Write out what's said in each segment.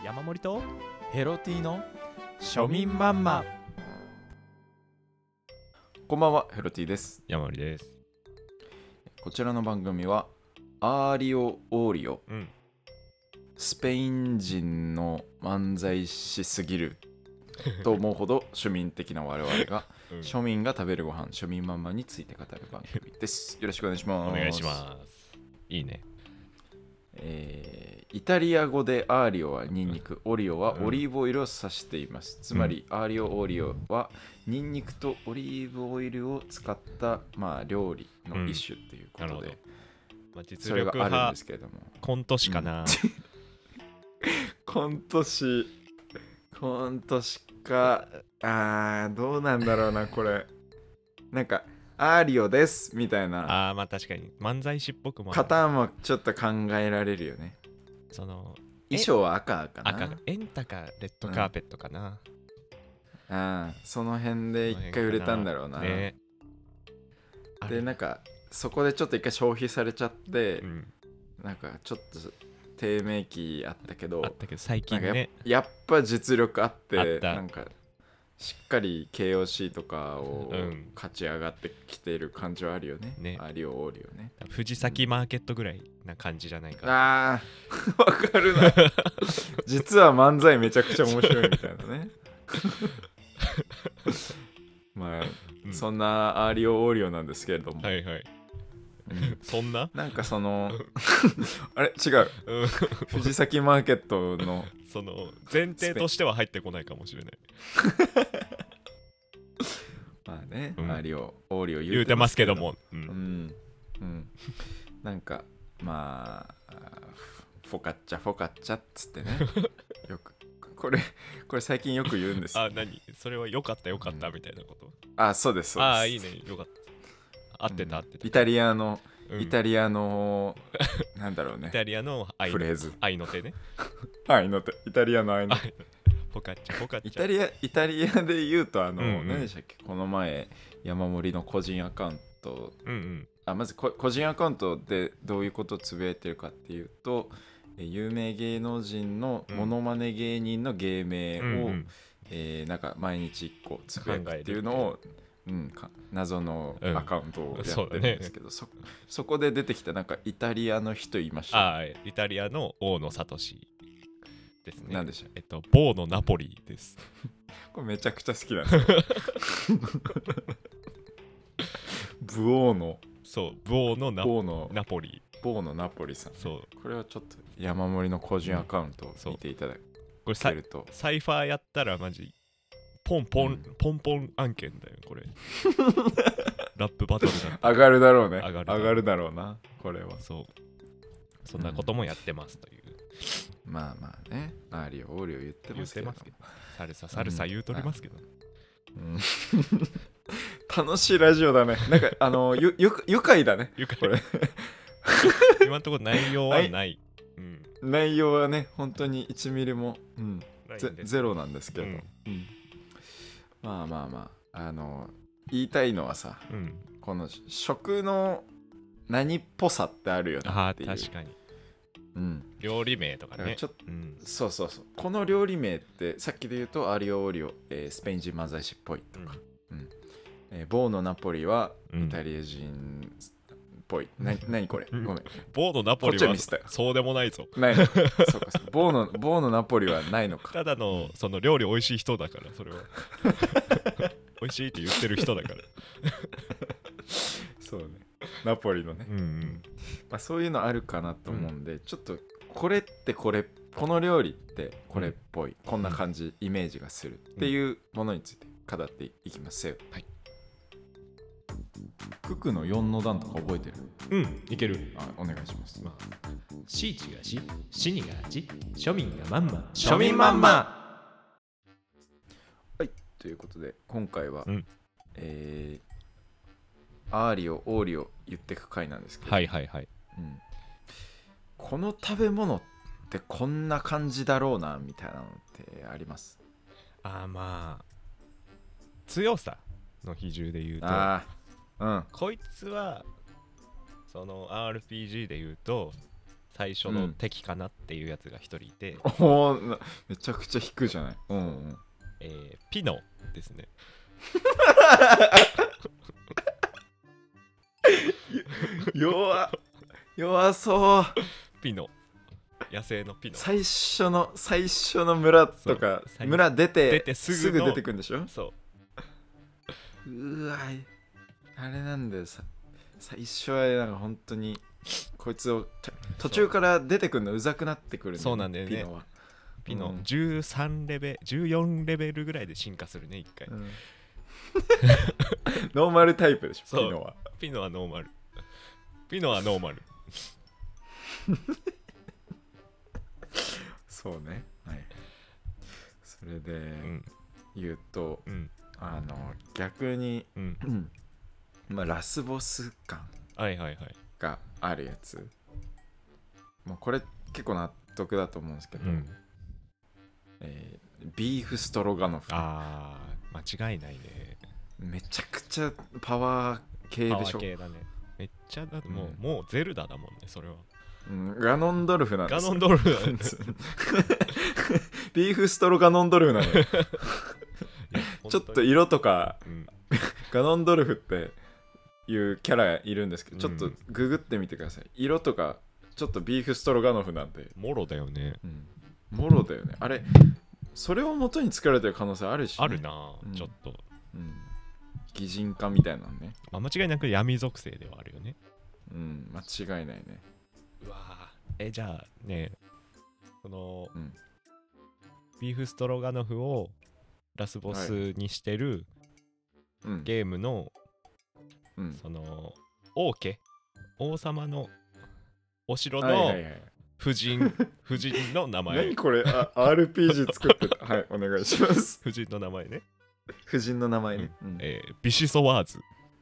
山盛りとヘロティの庶民マンマ。こんばんは、ヘロティです。 山盛りです。 こちらの番組はアーリオ・オーリオ、スペイン人の漫才師すぎると思うほど庶民的な我々が、庶民が食べるご飯、庶民マンマについて語る番組です。よろしくお願いします。 お願いします。いいね。 イタリア語でアーリオはニンニク、オリオはオリーブオイルを指しています。つまり、アーリオ・オーリオはニンニクとオリーブオイルを使った、料理の一種ということで、 実力派それがあるんですけれども、 コント師かな、 コント師か、どうなんだろうな、これ。なんか、アーリオですみたいな確かに漫才師っぽくもある。 パターンもちょっと考えられるよね。 その衣装は赤かな。 赤がエンタかレッドカーペットかな。 その辺で一回売れたんだろうな。 ね、 で、なんかそこでちょっと一回消費されちゃって、なんかちょっと低迷期あったけど最近ね、 やっぱ実力あってあった。 なんかしっかり KOC とかを勝ち上がってきている感じはあるよね。アリオオーリオね。 藤崎マーケットぐらいな感じじゃないか。 わかるな。実は漫才めちゃくちゃ面白いみたいなね。そんなアリオオーリオなんですけれども、 そんななんかそのあれ違う、藤崎マーケットのその前提としては入ってこないかもしれない。 アリオオーリオ言うてますけども、 なんかフォカッチャっつってね。よくこれ最近よく言うんですよ。 何それはよかったみたいなこと。 そうです。 いいね、よかった。合ってた。 イタリアのなんだろうね。 イタリアのフレーズ。 愛の手ね。 愛の手。イタリアの愛の手。 フォカッチャ。 イタリアで言うと何でしたっけ、この前山盛りの個人アカウント、まず個人アカウントでどういうことをつぶやいてるかっていうと、有名芸能人のモノマネ芸人の芸名を、なんか毎日1個つぶやくっていうのを、謎のアカウントをやってるんですけど、そこで出てきたなんかイタリアの人いました。 イタリアの大野聡ですね。 何でした？ ボーノナポリです。 これめちゃくちゃ好きなんですよ。ブオーノ。 そう、ボーノナポリ。 ボーノナポリさん。 そう。 これはちょっと山盛りの個人アカウントを見ていただけると。 これサイファーやったらマジポンポン案件だよこれ。ラップバトルだ。 上がるだろうね。 上がるだろうな。 これは。 そんなこともやってますという。 まあね。アーリオオーリオ言ってますけど。 サルサ言うとりますけど。 楽しいラジオだね。なんか愉快だね。これ。 今のところ内容はない。 内容はね、本当に1ミリも、ゼロなんですけど、言いたいのはさ、この食の何っぽさってあるよねっていう。 確かに。料理名とかね。 そう。この料理名ってさっきで言うとアリオオーリオ、スペイン人漫才師っぽいとか、ボーノナポリはイタリア人ぽい。何これ、ごめん。 ボーノナポリはそうでもないぞ。 ないの。そうか。ボーノナポリはないのか。 ただのその料理美味しい人だから、それは。美味しいって言ってる人だから。 そうね。ナポリのね。そういうのあるかなと思うんで、ちょっとこの料理ってこれっぽい、こんな感じ、イメージがするっていうものについて語っていきますよ。ククの4の段とか覚えてる？ いける。 お願いします。 シーチがシ、シニがチ、庶民がマンマ、 庶民マンマ。はい、ということで今回は、アーリオオーリオ言ってく回なんですけど、この食べ物ってこんな感じだろうなみたいなのってあります？ 強さの比重で言うと、こいつはその RPG で言うと最初の敵かなっていうやつが一人いて、 おーめちゃくちゃ引くじゃない。 ピノですね。 弱そう。 ピノ、野生のピノ。 最初の村とか村出てすぐ出てくんでしょ。 そううわ、あれなんだよ。最初はなんか本当にこいつを途中から出てくるのうざくなってくる、ね、 そうなんだよね。ピノ、13レベル14レベルぐらいで進化するね、一回、 ノーマルタイプでしょ。 ピノはノーマルそうね、はい。それで言うと、逆に、ラスボス感があるやつ、もうこれ結構納得だと思うんですけど、ビーフストロガノフ。 間違いないね。 めちゃくちゃパワー系でしょ。 パワー系だね。めっちゃだってもうゼルダだもんね、それは。 ガノンドルフなんですよ。 ガノンドルフだね。 ビーフストロガノンドルフなのよ。ちょっと色とか、ガノンドルフっていうキャラいるんですけど、ちょっとググってみてください。色とかちょっとビーフストロガノフなんでモロだよね。 モロだよね。あれそれを元に作られてる可能性あるし、ね、 あるな、ちょっと、 擬人化みたいなのね。 間違いなく闇属性ではあるよね。 間違いないね。 うわじゃあね、その、ビーフストロガノフをラスボスにしてるゲームの、その王様のお城の夫人の名前。 何これRPG 作ってた。はい、お願いします。 夫人の名前ね。 夫人の名前ね。 ビシソワーズ。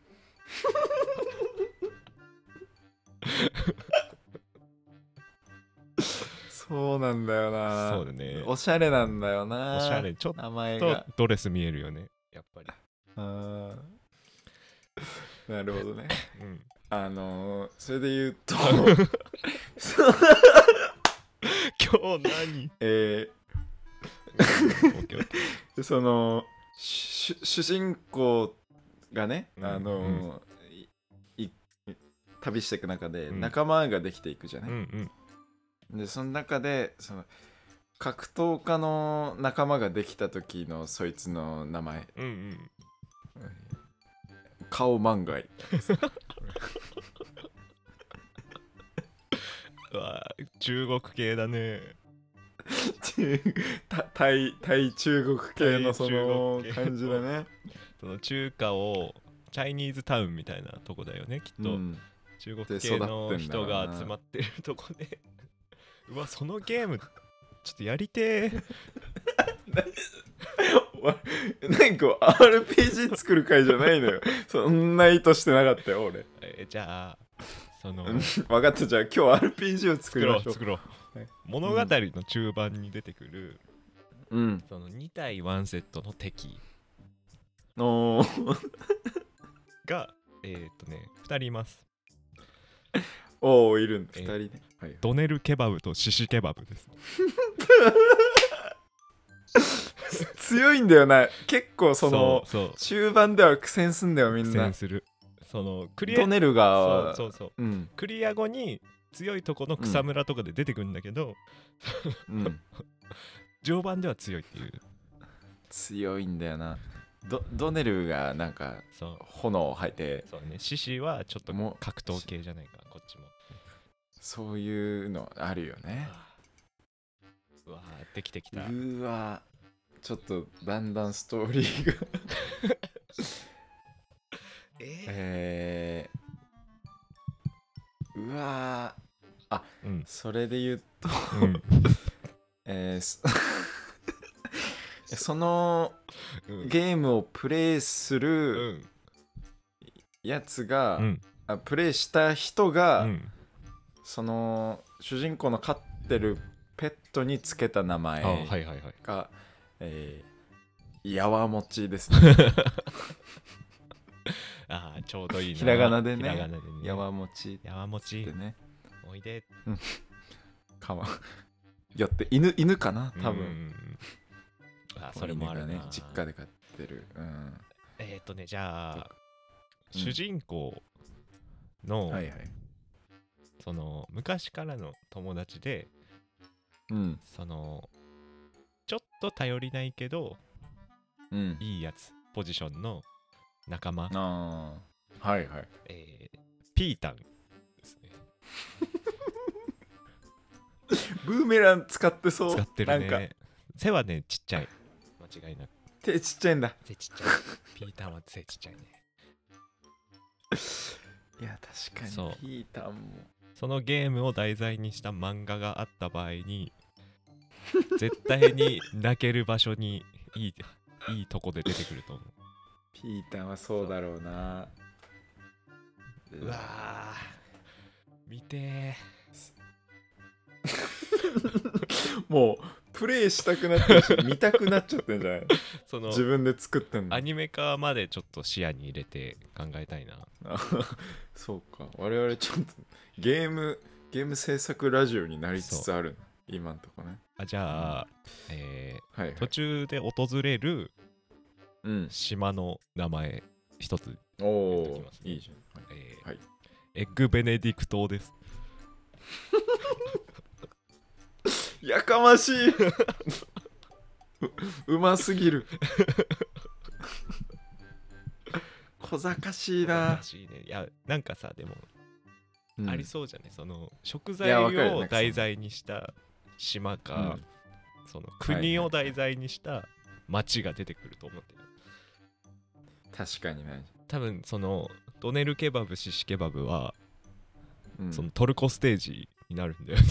そうなんだよな。 そうだね。 おしゃれなんだよな。 おしゃれ、ちょっ名前がとドレス見えるよね、やっぱり。 なるほどね。それで言うと今日何その主人公がね、旅していく中で仲間ができていくじゃない。でその中でその格闘家の仲間ができた時のそいつの名前、顔漫画うわ中国系だね。 タイ中国系のその感じだね。 その中華をチャイニーズタウンみたいなとこだよね、きっと。中国系の人が集まってるとこでうわそのゲームちょっとやりてー。 なんか RPG 作る会じゃないのよ。そんな意図してなかったよ俺。 じゃあその分かった、じゃあ今日 RPG を作りましょう。 作ろう、はい、物語の中盤に出てくる、その2対1セットの敵が2人います。 いるんだ、2人ね、はい、 ドネルケバブとシシケバブです。 強いんだよな、結構その中盤では苦戦すんだよみんな。苦戦する。 そのドネルがクリア後に強いとこの草むらとかで出てくるんだけど、序盤では強いっていう。 強いんだよな。ドネルがなんか炎を吐いて、 そうね、シシはちょっと格闘系じゃないか、こっちも。 そういうのあるよね。 うわできてきた。 うわちょっとだんだんストーリーがうわそれで言うとそのゲームをプレイするやつが、プレイした人が、その主人公の飼ってるペットにつけた名前がやわもちですね。 ちょうどいいな。 ひらがなでね。やわもちやわもちってね。 おいで。 よって犬かな多分、 それもあるね、 実家で飼ってる、 じゃあ、主人公の、その昔からの友達で、そのちょっと頼りないけど、いいやつポジションの仲間、ピータンですね。 ブーメラン使ってそう。 使ってるね。なんか背はねちっちゃい、間違いなく。 手ちっちゃいんだ。 手ちっちゃい。ピータンは背ちっちゃいね。 いや確かにそう、 ピータンもそのゲームを題材にした漫画があった場合に絶対に泣ける場所にいいとこで出てくると思う。 ピータンはそうだろうな。 うわー、見てもうプレイしたくなってるし見たくなっちゃってんじゃないその自分で作ってんの。 アニメ化までちょっと視野に入れて考えたいな。 そうか、我々ちょっとゲーム制作ラジオになりつつある今んとこね。 じゃあ、途中で訪れる島の名前一つ言っておきます、ね。 いいじゃん。 エッグベネディク島です。 やかましい。うますぎる。小賢しいな。 いやなんかさでも、ありそうじゃね、その食材を題材にした島か、その国を題材にした町が出てくると思ってる。 確かにね。 多分そのドネルケバブシシケバブは、そのトルコステージになるんだよね。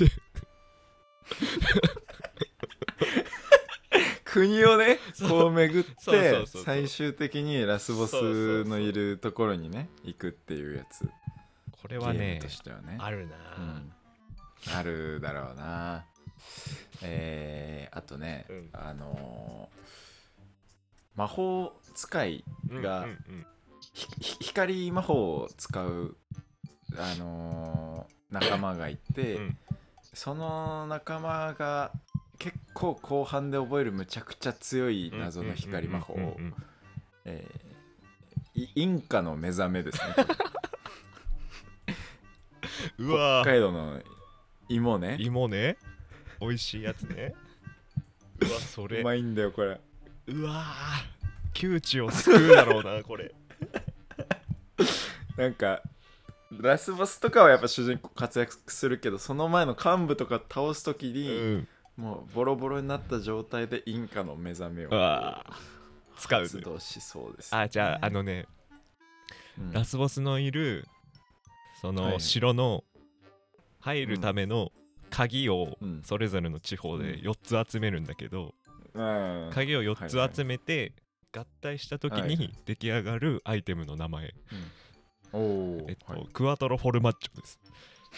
国をねこう巡って最終的にラスボスのいるところにね行くっていうやつ。 これはね、 ゲームとしてはねあるな、 あるだろうな。あとね、魔法使いが、光魔法を使う仲間がいて、その仲間が結構後半で覚えるむちゃくちゃ強い謎の光魔法をインカの目覚めですね。 うわ北海道の芋ね美味しいやつね。うわそれうまいんだよこれ。 うわ窮地を救うだろうなこれ。 なんかラスボスとかはやっぱ主人公活躍するけど、その前の幹部とか倒すときに、もうボロボロになった状態でインカの目覚めを使う発動しそうです、ね。 じゃあラスボスのいるその城の入るための鍵をそれぞれの地方で4つ集めるんだけど、鍵を4つ集めて合体した時に出来上がるアイテムの名前、クワトロフォルマッチョです。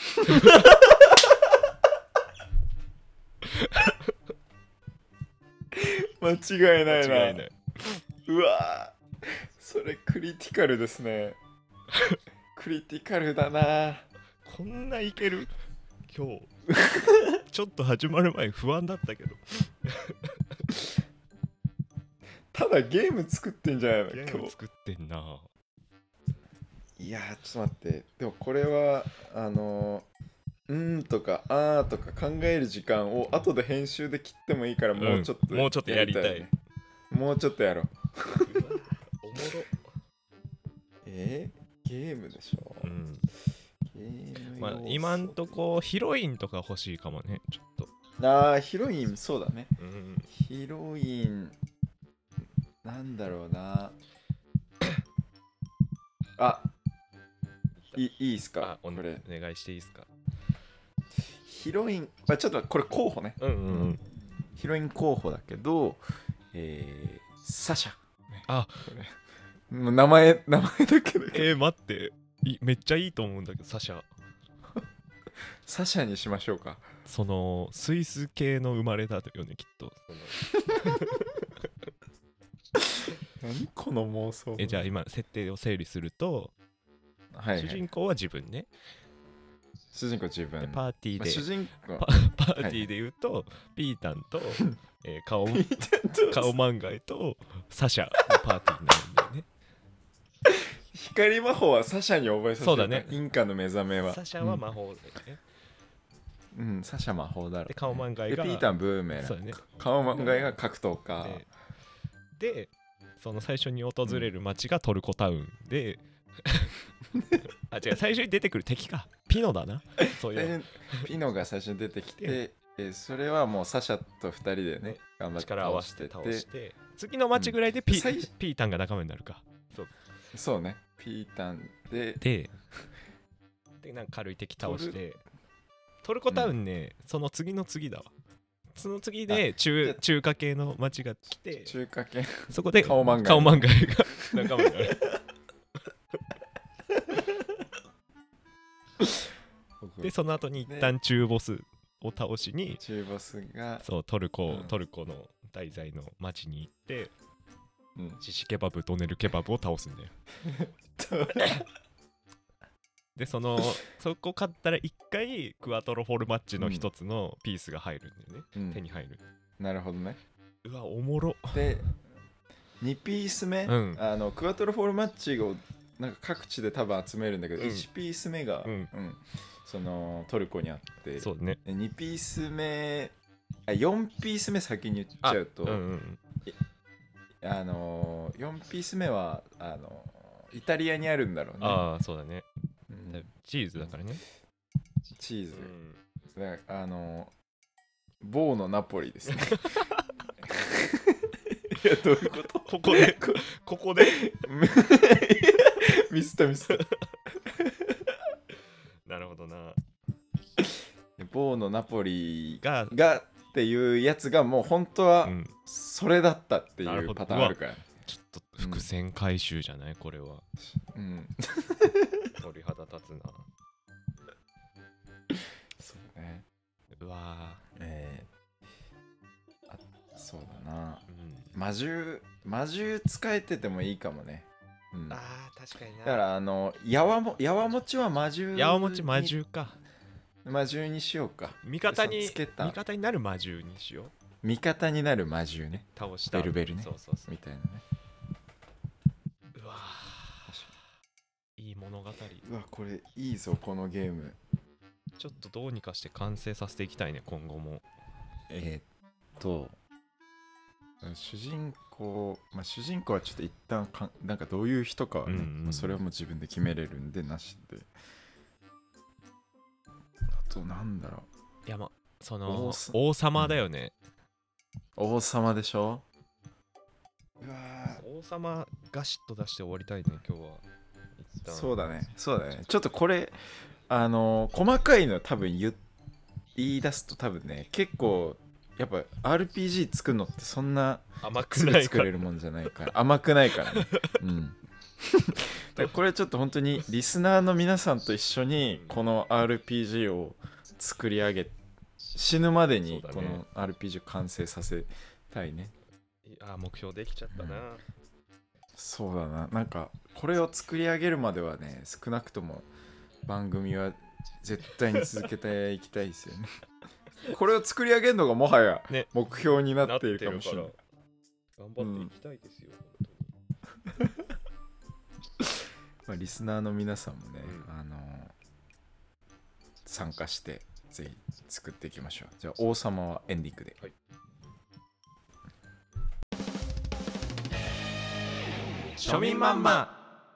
間違いないな。うわそれクリティカルですね。クリティカルだな。 こんないける今日ちょっと始まる前不安だったけど。 ただゲーム作ってんじゃないの。 ゲーム作ってんな。 いやちょっと待って、でもこれはとかとか考える時間を後で編集で切ってもいいから、もうちょっとやりたい。 もうちょっとやろう。 おもろ。 ゲームでしょ。 今んとこヒロインとか欲しいかもね。ちょっとヒロインそうだね、ヒロインなんだろうな。いいっすか。 これお願いしていいっすか。 ヒロイン、ちょっとこれ候補ね。ヒロイン候補だけど、サシャ。もう名前だけど。 待って、めっちゃいいと思うんだけど、サシャ。 サシャにしましょうか。 そのスイス系の生まれだよね、きっと。 何この妄想。 じゃあ今設定を整理すると、主人公は自分ね。 主人公自分でパーティーで、 主人公パーティーで言うと、ピータンと、顔漫画とサシャのパーティーになるんだよね。 光魔法はサシャに覚えさせた。 そうだね。 インカの目覚めはサシャは魔法だよね。 サシャ魔法だろ。 で顔漫画がでピータンブーメラン。 そうだね。 顔漫画が格闘家でその最初に訪れる町がトルコタウンで、あ、違う、最初に出てくる敵かピノだな。そういうピノが最初に出てきて、それはもうサシャと2人でね頑張って力を合わせて倒して、次の町ぐらいでピータンが仲間になるか。 そうね、ピータンでなんか軽い敵倒してトルコタウンね、その次の次だわ。その次で中華系の町が来て、 中華系そこで顔漫画が仲間になる。でその後に一旦中ボスを倒しに、 中ボスがそうトルコの題材の町に行って、シシケバブ、ドネルケバブを倒すんだよ。でそこ勝ったら1回クワトロフォルマッチの一つのピースが入るんだよね、手に入る。 なるほどね。 うわおもろ。 で2ピース目、クワトロフォルマッチをなんか各地で多分集めるんだけど、1ピース目が、そのトルコにあって、 そうね、 2ピース目4ピース目先に言っちゃうと、4ピース目はイタリアにあるんだろうね。 ああそうだね、チーズだからね。 チーズ、ボーのナポリですね。いやどういうこと？ ここでミスったなるほどな。 ボーのナポリがっていうやつがもう本当はそれだったっていうパターンあるから、 ちょっと伏線回収じゃないこれは。鳥肌立つな。 そうね。 うわそうだな、魔獣使えててもいいかもね。 確かにな。 だからやわもちは魔獣か。 魔獣にしようか。 味方になる魔獣にしよう。 味方になる魔獣ね。 倒したベルベルね。 そうみたいなね。 うわいい物語。 うわこれいいぞこのゲーム。 ちょっとどうにかして完成させていきたいね今後も。 主人公はちょっと一旦なんかどういう人かはね、それはもう自分で決めれるんでなしで。あとなんだろう。 いやその王様だよね。 王様でしょ。 王様ガシッと出して終わりたいね今日は。 そうだね。ちょっとこれ細かいの多分言い出すと多分ね結構やっぱ RPG 作るのってそんなすぐ作れるもんじゃないから甘くないからね。だからこれちょっと本当にリスナーの皆さんと一緒にこの RPG を作り上げ死ぬまでにこの RPG を完成させたいね。 目標できちゃったな。 そうだな。なんかこれを作り上げるまではね少なくとも番組は絶対に続けていきたいですよね。これを作り上げるのがもはや目標になっているかもしれない。 頑張っていきたいですよ、 本当に。リスナーの皆さんもね、参加してぜひ作っていきましょう。じゃあ王様はエンディングで。 庶民マンマ。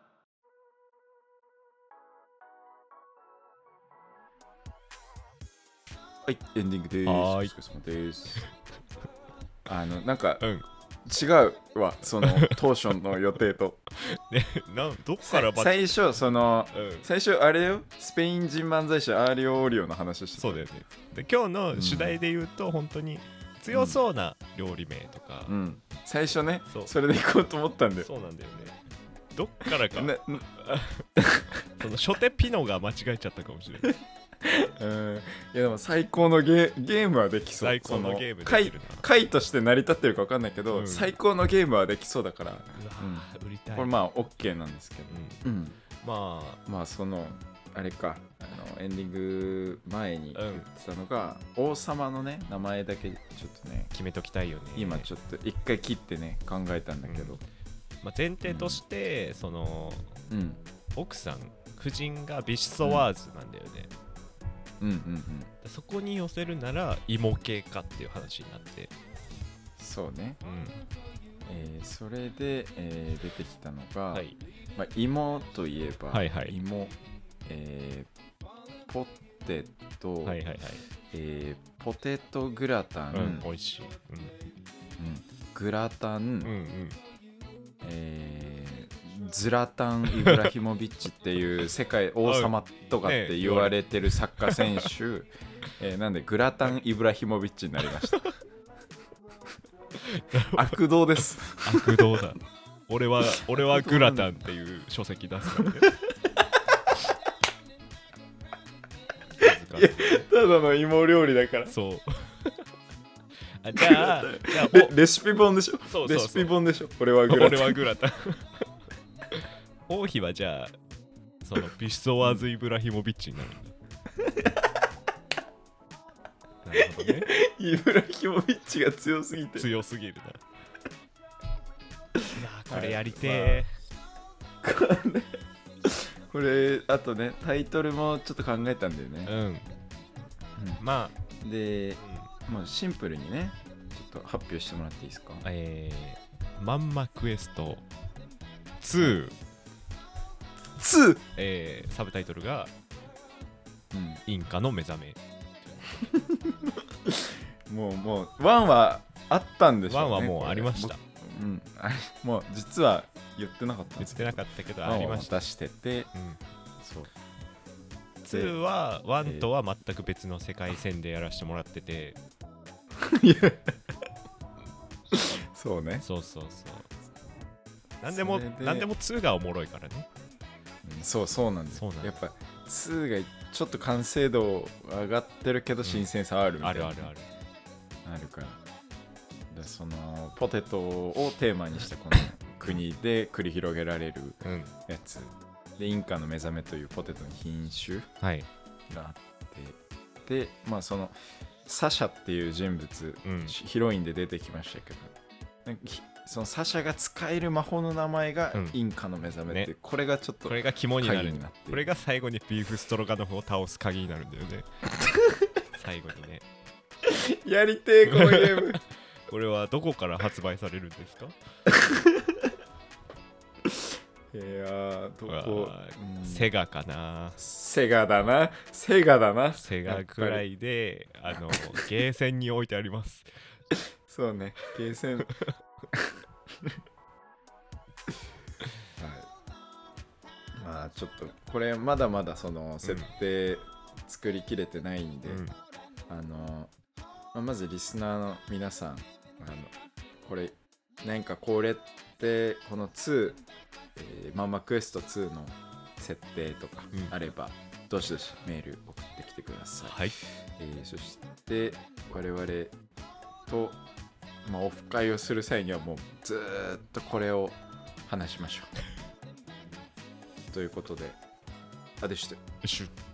はい、エンディングです。お疲れ様です。なんか、違うわ、その当初の予定と。 どっから最初あれよ、スペイン人漫才師アーリオ・オーリオの話してた。 そうだよね。で今日の主題で言うと、本当に強そうな料理名とか、 最初ね、それで行こうと思ったんだよ。 そうなんだよね。どっからかその初手ピノが間違えちゃったかもしれない。 いやでも最高のゲームはできそう。 最高のゲームできるな。回として成り立ってるか分かんないけど、最高のゲームはできそうだから、 売りたい。 これまあ OK なんですけど、 まあそのあれかエンディング前に言ってたのが、王様のね名前だけちょっとね決めときたいよね。 今ちょっと一回切ってね考えたんだけど、 まあ、前提として、その、奥さん夫人がビシソワーズなんだよね。そこに寄せるなら芋系かっていう話になって、 そうね、それで、出てきたのが、まあ、芋といえば、芋、ポテト、ポテトグラタン、 美味しい、 グラタン、ズラタン・イブラヒモビッチっていう世界王様とかって言われてるサッカー選手、なんでグラタン・イブラヒモビッチになりました。悪道です。 悪道だ。俺はグラタンっていう書籍出すからね。 ただの芋料理だから。 そう。じゃあレシピ本でしょ。そうレシピ本でしょ。俺はグラタン。 王妃はじゃあそのビシソワーズ・イブラヒモビッチになるんだ。なるほどね。 イブラヒモビッチが強すぎて。 強すぎるな。これやりてー。これあとねタイトルもちょっと考えたんだよね。まあで、もうシンプルにねちょっと発表してもらっていいですか。 マンマクエスト2、サブタイトルが、インカの目覚め。 もう1はあったんでしょうね。 1はもうありました。 もう実は言ってなかったんですけど。言ってなかったけどありました。 出してて、 そう。2は1とは全く別の世界線でやらせてもらってて。 そうね。 そう。なんでも2がおもろいからね。 そうなんです。やっぱ2がちょっと完成度上がってるけど新鮮さあるみたいな。あるから。でそのポテトをテーマにしたこの国で繰り広げられるやつ、でインカの目覚めというポテトの品種があって、でまあそのサシャっていう人物、ヒロインで出てきましたけど、そのサシャが使える魔法の名前がインカの目覚めって、これがちょっとこれが肝になる。これが最後にビーフストロガノフを倒す鍵になるんだよね。最後にね。 やりてえこのゲーム。 これはどこから発売されるんですか？ いやどこ、 セガかな。 セガだな。セガくらいでゲーセンに置いてあります。 そうね、ゲーセン。まあちょっとこれまだまだその設定作りきれてないんで、まずリスナーの皆さんこれなんかこれってこの2、マンマクエスト2の設定とかあれば、どしどしメール送ってきてください。そして我々と、オフ会をする際にはもうずーっとこれを話しましょう。ということで、アデシュテ。